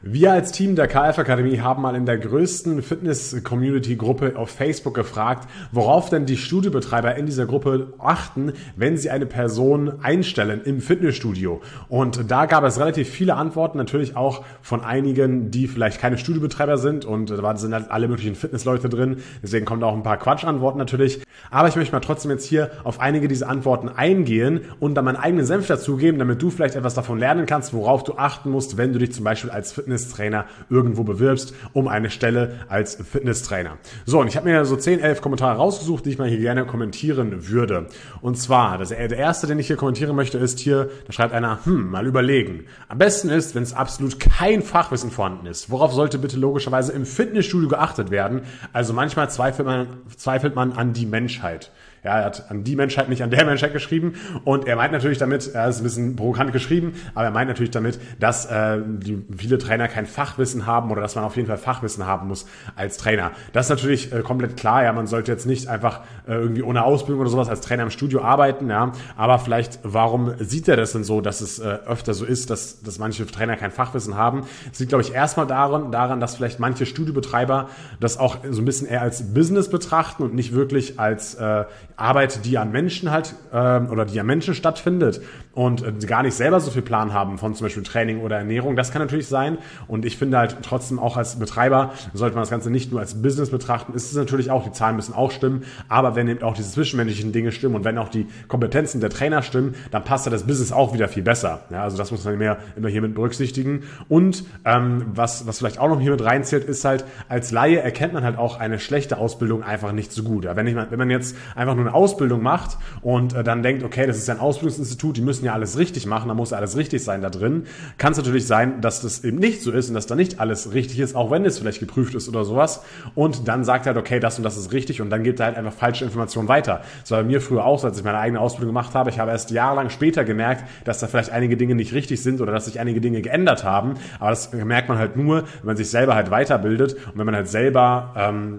Wir als Team der KF Akademie haben mal in der größten Fitness-Community-Gruppe auf Facebook gefragt, worauf denn die Studiobetreiber in dieser Gruppe achten, wenn sie eine Person einstellen im Fitnessstudio. Und da gab es relativ viele Antworten, natürlich auch von einigen, die vielleicht keine Studiobetreiber sind, und da sind halt alle möglichen Fitnessleute drin, deswegen kommen da auch ein paar Quatschantworten natürlich. Aber ich möchte mal trotzdem jetzt hier auf einige dieser Antworten eingehen und dann meinen eigenen Senf dazugeben, damit du vielleicht etwas davon lernen kannst, worauf du achten musst, wenn du dich zum Beispiel als Fitnesstrainer irgendwo bewirbst, um eine Stelle als Fitnesstrainer. So, und ich habe mir so 10, 11 Kommentare rausgesucht, die ich mal hier gerne kommentieren würde. Und zwar, der erste, den ich hier kommentieren möchte, ist hier, da schreibt einer, mal überlegen. Am besten ist, wenn es absolut kein Fachwissen vorhanden ist. Worauf sollte bitte logischerweise im Fitnessstudio geachtet werden? Also manchmal zweifelt man an die Menschheit. Ja, er hat an die Menschheit, nicht an der Menschheit geschrieben, und er meint natürlich damit, er ist ein bisschen provokant geschrieben, aber er meint natürlich damit, dass viele Trainer kein Fachwissen haben oder dass man auf jeden Fall Fachwissen haben muss als Trainer. Das ist natürlich komplett klar, ja, man sollte jetzt nicht einfach irgendwie ohne Ausbildung oder sowas als Trainer im Studio arbeiten, ja, aber vielleicht, warum sieht er das denn so, dass es öfter so ist, dass manche Trainer kein Fachwissen haben? Das liegt, glaube ich, erstmal daran, dass vielleicht manche Studiobetreiber das auch so ein bisschen eher als Business betrachten und nicht wirklich als Arbeit, die an Menschen halt oder die an Menschen stattfindet und gar nicht selber so viel Plan haben von zum Beispiel Training oder Ernährung. Das kann natürlich sein, und ich finde halt trotzdem auch als Betreiber sollte man das Ganze nicht nur als Business betrachten. Ist es natürlich auch, die Zahlen müssen auch stimmen, aber wenn eben auch diese zwischenmenschlichen Dinge stimmen und wenn auch die Kompetenzen der Trainer stimmen, dann passt ja das Business auch wieder viel besser. Ja, also das muss man immer hier mit berücksichtigen. Und was vielleicht auch noch hier mit reinzählt, ist halt, als Laie erkennt man halt auch eine schlechte Ausbildung einfach nicht so gut. Ja, wenn man jetzt einfach nur eine Ausbildung macht und dann denkt, okay, das ist ja ein Ausbildungsinstitut, die müssen ja alles richtig machen, da muss ja alles richtig sein da drin, kann es natürlich sein, dass das eben nicht so ist und dass da nicht alles richtig ist, auch wenn es vielleicht geprüft ist oder sowas, und dann sagt er halt, okay, das und das ist richtig, und dann gibt er halt einfach falsche Informationen weiter. Das war bei mir früher auch so, als ich meine eigene Ausbildung gemacht habe. Ich habe erst jahrelang später gemerkt, dass da vielleicht einige Dinge nicht richtig sind oder dass sich einige Dinge geändert haben, aber das merkt man halt nur, wenn man sich selber halt weiterbildet und wenn man halt selber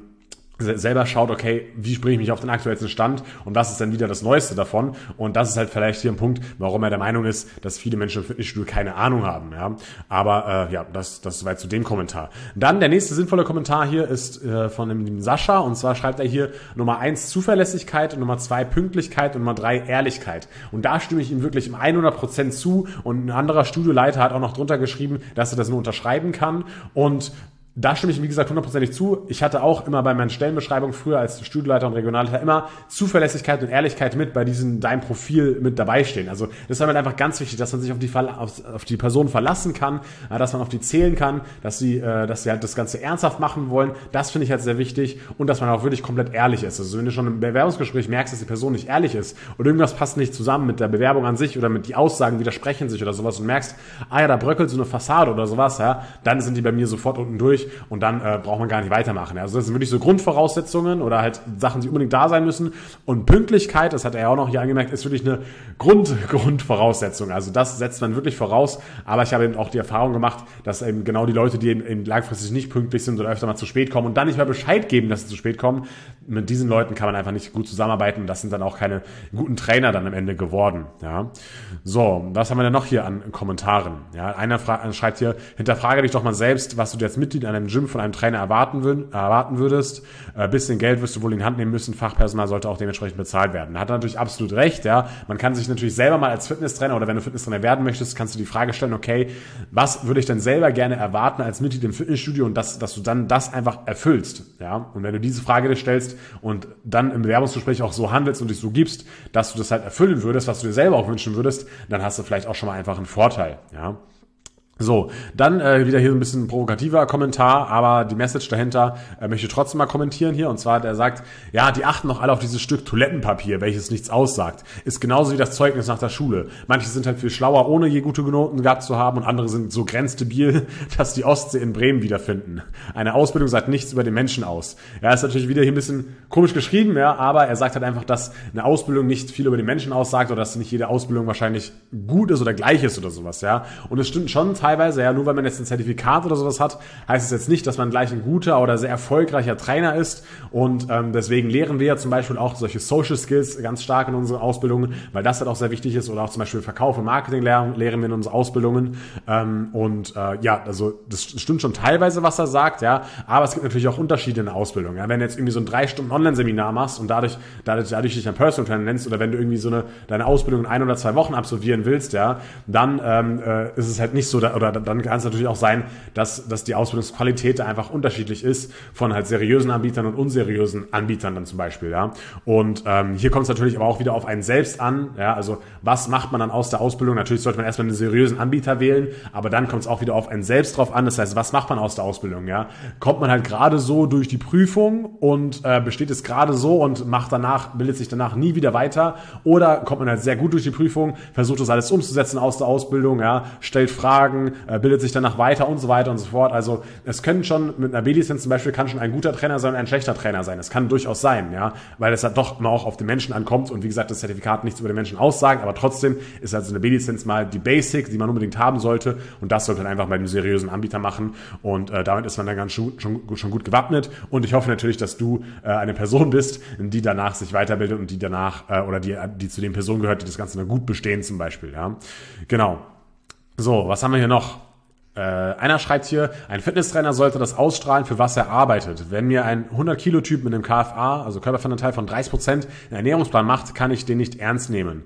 schaut, okay, wie bringe ich mich auf den aktuellsten Stand und was ist dann wieder das Neueste davon, und das ist halt vielleicht hier ein Punkt, warum er der Meinung ist, dass viele Menschen im Fitnessstudio keine Ahnung haben, ja, aber das soweit zu dem Kommentar. Dann der nächste sinnvolle Kommentar hier ist von dem Sascha, und zwar schreibt er hier Nummer 1 Zuverlässigkeit, Nummer 2 Pünktlichkeit und Nummer 3 Ehrlichkeit, und da stimme ich ihm wirklich im 100% zu, und ein anderer Studioleiter hat auch noch drunter geschrieben, dass er das nur unterschreiben kann, und da stimme ich, wie gesagt, 100% zu. Ich hatte auch immer bei meinen Stellenbeschreibungen früher als Studioleiter und Regionalleiter immer Zuverlässigkeit und Ehrlichkeit mit bei deinem Profil mit dabei stehen. Also das war mir einfach ganz wichtig, dass man sich auf die Person verlassen kann, dass man auf die zählen kann, dass sie halt das Ganze ernsthaft machen wollen. Das finde ich halt sehr wichtig, und dass man auch wirklich komplett ehrlich ist. Also wenn du schon im Bewerbungsgespräch merkst, dass die Person nicht ehrlich ist oder irgendwas passt nicht zusammen mit der Bewerbung an sich oder mit die Aussagen widersprechen sich oder sowas und merkst, da bröckelt so eine Fassade oder sowas, ja, dann sind die bei mir sofort unten durch. Und dann braucht man gar nicht weitermachen. Also das sind wirklich so Grundvoraussetzungen oder halt Sachen, die unbedingt da sein müssen. Und Pünktlichkeit, das hat er ja auch noch hier angemerkt, ist wirklich eine Grundvoraussetzung. Also das setzt man wirklich voraus. Aber ich habe eben auch die Erfahrung gemacht, dass eben genau die Leute, die eben langfristig nicht pünktlich sind oder öfter mal zu spät kommen und dann nicht mehr Bescheid geben, dass sie zu spät kommen, mit diesen Leuten kann man einfach nicht gut zusammenarbeiten. Und das sind dann auch keine guten Trainer dann am Ende geworden. Ja. So, was haben wir denn noch hier an Kommentaren? Ja, einer schreibt hier, hinterfrage dich doch mal selbst, was du als Mitglied an einem Gym von einem Trainer erwarten würdest. Bisschen Geld wirst du wohl in die Hand nehmen müssen. Fachpersonal sollte auch dementsprechend bezahlt werden. Da hat er natürlich absolut recht. Ja, man kann sich natürlich selber mal als Fitnesstrainer, oder wenn du Fitnesstrainer werden möchtest, kannst du die Frage stellen, okay, was würde ich denn selber gerne erwarten als Mitglied im Fitnessstudio, und dass du dann das einfach erfüllst. Ja, und wenn du diese Frage dir stellst und dann im Bewerbungsgespräch auch so handelst und dich so gibst, dass du das halt erfüllen würdest, was du dir selber auch wünschen würdest, dann hast du vielleicht auch schon mal einfach einen Vorteil. Ja. So, dann wieder hier so ein bisschen provokativer Kommentar, aber die Message dahinter möchte ich trotzdem mal kommentieren hier. Und zwar, der sagt, ja, die achten doch alle auf dieses Stück Toilettenpapier, welches nichts aussagt. Ist genauso wie das Zeugnis nach der Schule. Manche sind halt viel schlauer, ohne je gute Noten gehabt zu haben, und andere sind so grenzdebil, dass die Ostsee in Bremen wiederfinden. Eine Ausbildung sagt nichts über den Menschen aus. Ja, ist natürlich wieder hier ein bisschen komisch geschrieben, ja, aber er sagt halt einfach, dass eine Ausbildung nicht viel über den Menschen aussagt oder dass nicht jede Ausbildung wahrscheinlich gut ist oder gleich ist oder sowas, ja. Und es stimmt schon teilweise, teilweise. Ja, nur weil man jetzt ein Zertifikat oder sowas hat, heißt es jetzt nicht, dass man gleich ein guter oder sehr erfolgreicher Trainer ist. Und deswegen lehren wir ja zum Beispiel auch solche Social Skills ganz stark in unseren Ausbildungen, weil das halt auch sehr wichtig ist. Oder auch zum Beispiel Verkauf und Marketing lehren wir in unseren Ausbildungen. Also das stimmt schon teilweise, was er sagt, ja. Aber es gibt natürlich auch Unterschiede in der Ausbildung. Ja. Wenn du jetzt irgendwie so ein 3 Stunden Online-Seminar machst und dadurch dich ein Personal Trainer nennst, oder wenn du irgendwie deine Ausbildung in 1 oder 2 Wochen absolvieren willst, ja, dann ist es halt nicht so, dann kann es natürlich auch sein, dass die Ausbildungsqualität einfach unterschiedlich ist von halt seriösen Anbietern und unseriösen Anbietern dann zum Beispiel, ja. Und hier kommt es natürlich aber auch wieder auf einen selbst an, ja, also was macht man dann aus der Ausbildung? Natürlich sollte man erstmal einen seriösen Anbieter wählen, aber dann kommt es auch wieder auf einen selbst drauf an, das heißt, was macht man aus der Ausbildung, ja? Kommt man halt gerade so durch die Prüfung und besteht es gerade so und bildet sich danach nie wieder weiter, oder kommt man halt sehr gut durch die Prüfung, versucht das alles umzusetzen aus der Ausbildung, ja, stellt Fragen, bildet sich danach weiter und so weiter und so fort. Also es können schon mit einer B-Lizenz zum Beispiel kann schon ein guter Trainer sein und ein schlechter Trainer sein. Das kann durchaus sein, ja, weil es halt doch immer auch auf den Menschen ankommt und wie gesagt, das Zertifikat nichts über den Menschen aussagt, aber trotzdem ist also eine B-Lizenz mal die Basic, die man unbedingt haben sollte, und das sollte man einfach bei einem seriösen Anbieter machen, und damit ist man dann schon gut gewappnet, und ich hoffe natürlich, dass du eine Person bist, die danach sich weiterbildet und die danach die zu den Personen gehört, die das Ganze dann gut bestehen zum Beispiel, ja. Genau. So, was haben wir hier noch? Einer schreibt hier, ein Fitnesstrainer sollte das ausstrahlen, für was er arbeitet. Wenn mir ein 100-Kilo-Typ mit einem KFA, also Körperfettanteil von 30%, einen Ernährungsplan macht, kann ich den nicht ernst nehmen.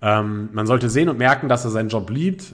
Man sollte sehen und merken, dass er seinen Job liebt,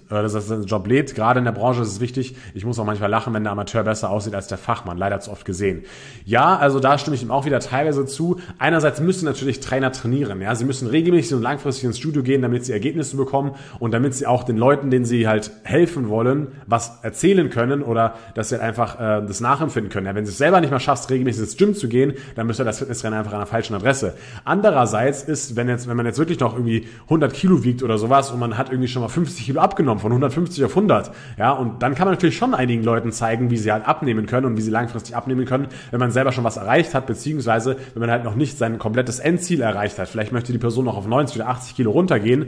Gerade in der Branche ist es wichtig. Ich muss auch manchmal lachen, wenn der Amateur besser aussieht als der Fachmann. Leider zu oft gesehen. Ja, also da stimme ich ihm auch wieder teilweise zu. Einerseits müssen natürlich Trainer trainieren. Ja, sie müssen regelmäßig und langfristig ins Studio gehen, damit sie Ergebnisse bekommen und damit sie auch den Leuten, denen sie halt helfen wollen, was erzählen können oder dass sie halt einfach das nachempfinden können. Ja, wenn du es selber nicht mal schaffst, regelmäßig ins Gym zu gehen, dann bist du als Fitnesstrainer einfach an der falschen Adresse. Andererseits ist, wenn man jetzt wirklich noch irgendwie 100 Kilo wiegt oder sowas und man hat irgendwie schon mal 50 Kilo abgenommen, von 150 auf 100, ja, und dann kann man natürlich schon einigen Leuten zeigen, wie sie halt abnehmen können und wie sie langfristig abnehmen können, wenn man selber schon was erreicht hat, beziehungsweise wenn man halt noch nicht sein komplettes Endziel erreicht hat. Vielleicht möchte die Person noch auf 90 oder 80 Kilo runtergehen,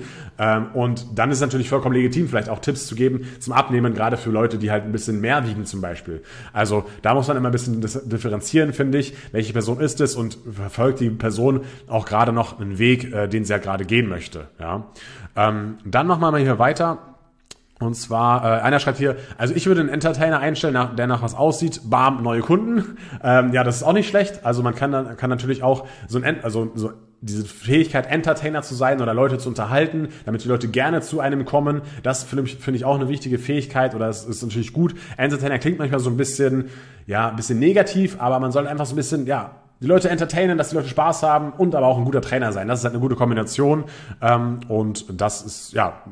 und dann ist es natürlich vollkommen legitim, vielleicht auch Tipps zu geben zum Abnehmen, gerade für Leute, die halt ein bisschen mehr wiegen zum Beispiel. Also da muss man immer ein bisschen differenzieren, finde ich, welche Person ist es und verfolgt die Person auch gerade noch einen Weg, den sie ja gerade gehen möchte, ja. Dann machen wir mal hier weiter. Und zwar, einer schreibt hier, also ich würde einen Entertainer einstellen, der nach was aussieht, bam, neue Kunden. Ja, das ist auch nicht schlecht. Also man kann natürlich auch so diese Fähigkeit, Entertainer zu sein oder Leute zu unterhalten, damit die Leute gerne zu einem kommen. Das finde ich auch eine wichtige Fähigkeit, oder es ist natürlich gut. Entertainer klingt manchmal so ein bisschen negativ, aber man sollte einfach so ein bisschen, die Leute entertainen, dass die Leute Spaß haben und aber auch ein guter Trainer sein. Das ist halt eine gute Kombination. Und das ist,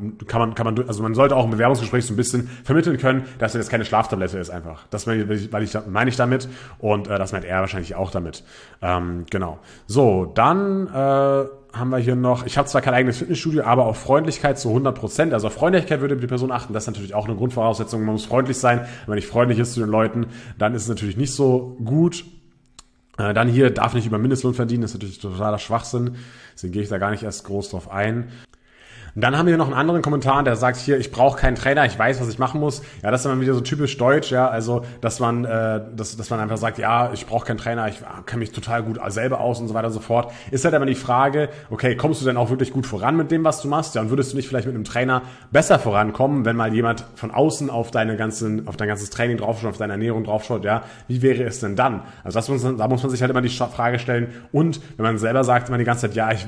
also man sollte auch im Bewerbungsgespräch so ein bisschen vermitteln können, dass das keine Schlaftablette ist einfach. Das meine ich damit, und das meint er wahrscheinlich auch damit. Genau. So, dann haben wir hier noch, ich habe zwar kein eigenes Fitnessstudio, aber auf Freundlichkeit zu 100%. Also auf Freundlichkeit würde die Person achten. Das ist natürlich auch eine Grundvoraussetzung. Man muss freundlich sein. Wenn man nicht freundlich ist zu den Leuten, dann ist es natürlich nicht so gut. Dann hier, darf nicht über Mindestlohn verdienen, das ist natürlich totaler Schwachsinn, deswegen gehe ich da gar nicht erst groß drauf ein. Und dann haben wir noch einen anderen Kommentar, der sagt hier, ich brauche keinen Trainer, ich weiß, was ich machen muss. Ja, das ist dann wieder so typisch deutsch, ja, also dass man einfach sagt, ja, ich brauche keinen Trainer, ich kenne mich total gut selber aus und so weiter und so fort. Ist halt aber die Frage, okay, kommst du denn auch wirklich gut voran mit dem, was du machst? Ja, und würdest du nicht vielleicht mit einem Trainer besser vorankommen, wenn mal jemand von außen auf dein ganzes Training draufschaut, auf deine Ernährung draufschaut, ja? Wie wäre es denn dann? Also da muss man sich halt immer die Frage stellen, und wenn man selber sagt immer die ganze Zeit, ja, ich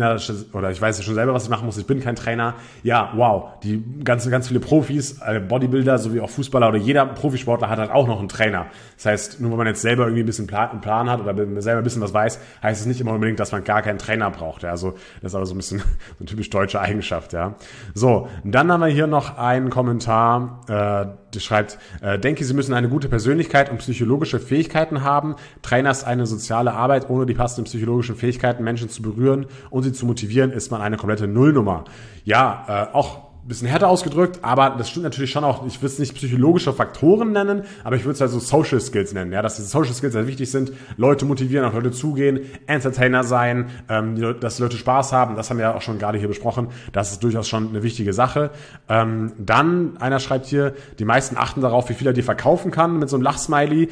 weiß ja schon selber, was ich machen muss, ich bin kein Trainer. Ja, wow, die ganz viele Profis, Bodybuilder sowie auch Fußballer oder jeder Profisportler hat halt auch noch einen Trainer. Das heißt, nur wenn man jetzt selber irgendwie ein bisschen einen Plan hat oder selber ein bisschen was weiß, heißt es nicht immer unbedingt, dass man gar keinen Trainer braucht. Ja, also das ist aber so ein bisschen so eine typisch deutsche Eigenschaft. Ja. So, und dann haben wir hier noch einen Kommentar, der schreibt, denke, Sie müssen eine gute Persönlichkeit und psychologische Fähigkeiten haben. Trainer ist eine soziale Arbeit. Ohne die passenden psychologischen Fähigkeiten, Menschen zu berühren und sie zu motivieren, ist man eine komplette Nullnummer. Ja, auch ein bisschen härter ausgedrückt, aber das stimmt natürlich schon auch, ich würde es nicht psychologische Faktoren nennen, aber ich würde es halt so Social Skills nennen, ja, dass diese Social Skills sehr wichtig sind, Leute motivieren, auf Leute zugehen, Entertainer sein, dass Leute Spaß haben, das haben wir ja auch schon gerade hier besprochen, das ist durchaus schon eine wichtige Sache. Dann, einer schreibt hier, die meisten achten darauf, wie viel er dir verkaufen kann, mit so einem Lachsmiley,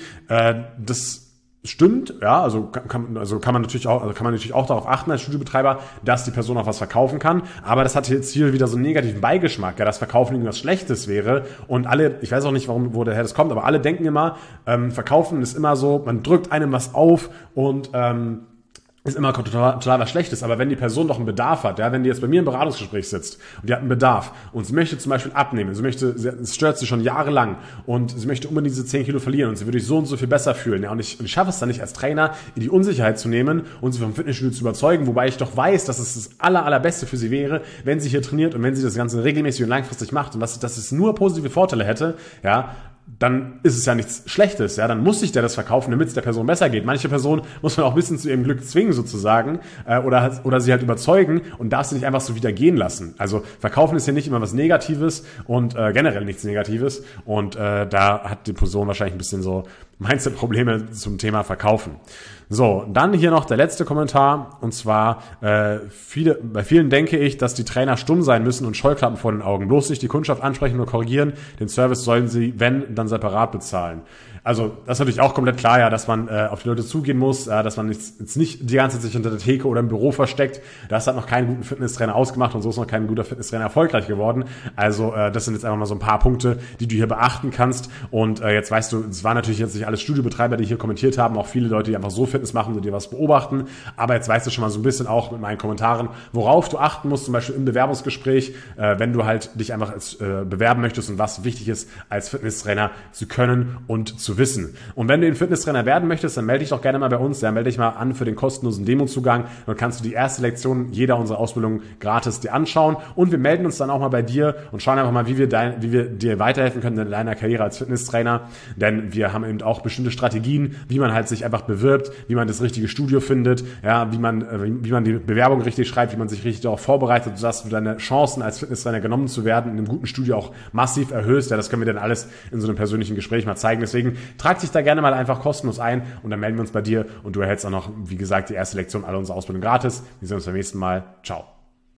das stimmt, ja, also kann man natürlich auch darauf achten als Studiobetreiber, dass die Person auch was verkaufen kann, aber das hat jetzt hier wieder so einen negativen Beigeschmack, ja, dass Verkaufen irgendwas Schlechtes wäre und alle, ich weiß auch nicht, wo daher das kommt, aber alle denken immer, Verkaufen ist immer so, man drückt einem was auf und ist immer total was Schlechtes, aber wenn die Person doch einen Bedarf hat, ja, wenn die jetzt bei mir im Beratungsgespräch sitzt und die hat einen Bedarf und sie möchte zum Beispiel abnehmen, es stört sie schon jahrelang und sie möchte unbedingt diese 10 Kilo verlieren und sie würde sich so und so viel besser fühlen, ja, und ich schaffe es dann nicht als Trainer, in die Unsicherheit zu nehmen und sie vom Fitnessstudio zu überzeugen, wobei ich doch weiß, dass es das allerbeste für sie wäre, wenn sie hier trainiert und wenn sie das Ganze regelmäßig und langfristig macht und dass es nur positive Vorteile hätte, ja, dann ist es ja nichts Schlechtes, ja, dann muss sich der das verkaufen, damit es der Person besser geht. Manche Personen muss man auch ein bisschen zu ihrem Glück zwingen sozusagen oder sie halt überzeugen und darf sie nicht einfach so wieder gehen lassen. Also Verkaufen ist ja nicht immer was Negatives und generell nichts Negatives und da hat die Person wahrscheinlich ein bisschen so Mindset-Probleme zum Thema Verkaufen. So, dann hier noch der letzte Kommentar und zwar bei vielen denke ich, dass die Trainer stumm sein müssen und Scheuklappen vor den Augen, bloß nicht die Kundschaft ansprechen oder korrigieren, den Service sollen sie, wenn, dann separat bezahlen. Also das ist natürlich auch komplett klar, ja, dass man auf die Leute zugehen muss, dass man jetzt nicht die ganze Zeit sich hinter der Theke oder im Büro versteckt. Das hat noch keinen guten Fitnesstrainer ausgemacht und so ist noch kein guter Fitnesstrainer erfolgreich geworden. Also das sind jetzt einfach mal so ein paar Punkte, die du hier beachten kannst. Und jetzt weißt du, es waren natürlich jetzt nicht alle Studiobetreiber, die hier kommentiert haben, auch viele Leute, die einfach so Fitness machen und dir was beobachten. Aber jetzt weißt du schon mal so ein bisschen auch mit meinen Kommentaren, worauf du achten musst, zum Beispiel im Bewerbungsgespräch, wenn du halt dich einfach bewerben möchtest und was wichtig ist, als Fitnesstrainer zu können und zu wissen. Und wenn du den Fitnesstrainer werden möchtest, dann melde dich doch gerne mal bei uns. Ja, melde dich mal an für den kostenlosen Demozugang. Dann kannst du die erste Lektion jeder unserer Ausbildungen gratis dir anschauen. Und wir melden uns dann auch mal bei dir und schauen einfach mal, wie wir dir weiterhelfen können in deiner Karriere als Fitnesstrainer. Denn wir haben eben auch bestimmte Strategien, wie man halt sich einfach bewirbt, wie man das richtige Studio findet, ja, wie man die Bewerbung richtig schreibt, wie man sich richtig darauf vorbereitet, sodass du deine Chancen als Fitnesstrainer genommen zu werden in einem guten Studio auch massiv erhöhst. Ja, das können wir dann alles in so einem persönlichen Gespräch mal zeigen. Deswegen trag dich da gerne mal einfach kostenlos ein und dann melden wir uns bei dir und du erhältst auch noch, wie gesagt, die erste Lektion aller unserer Ausbildung gratis. Wir sehen uns beim nächsten Mal. Ciao.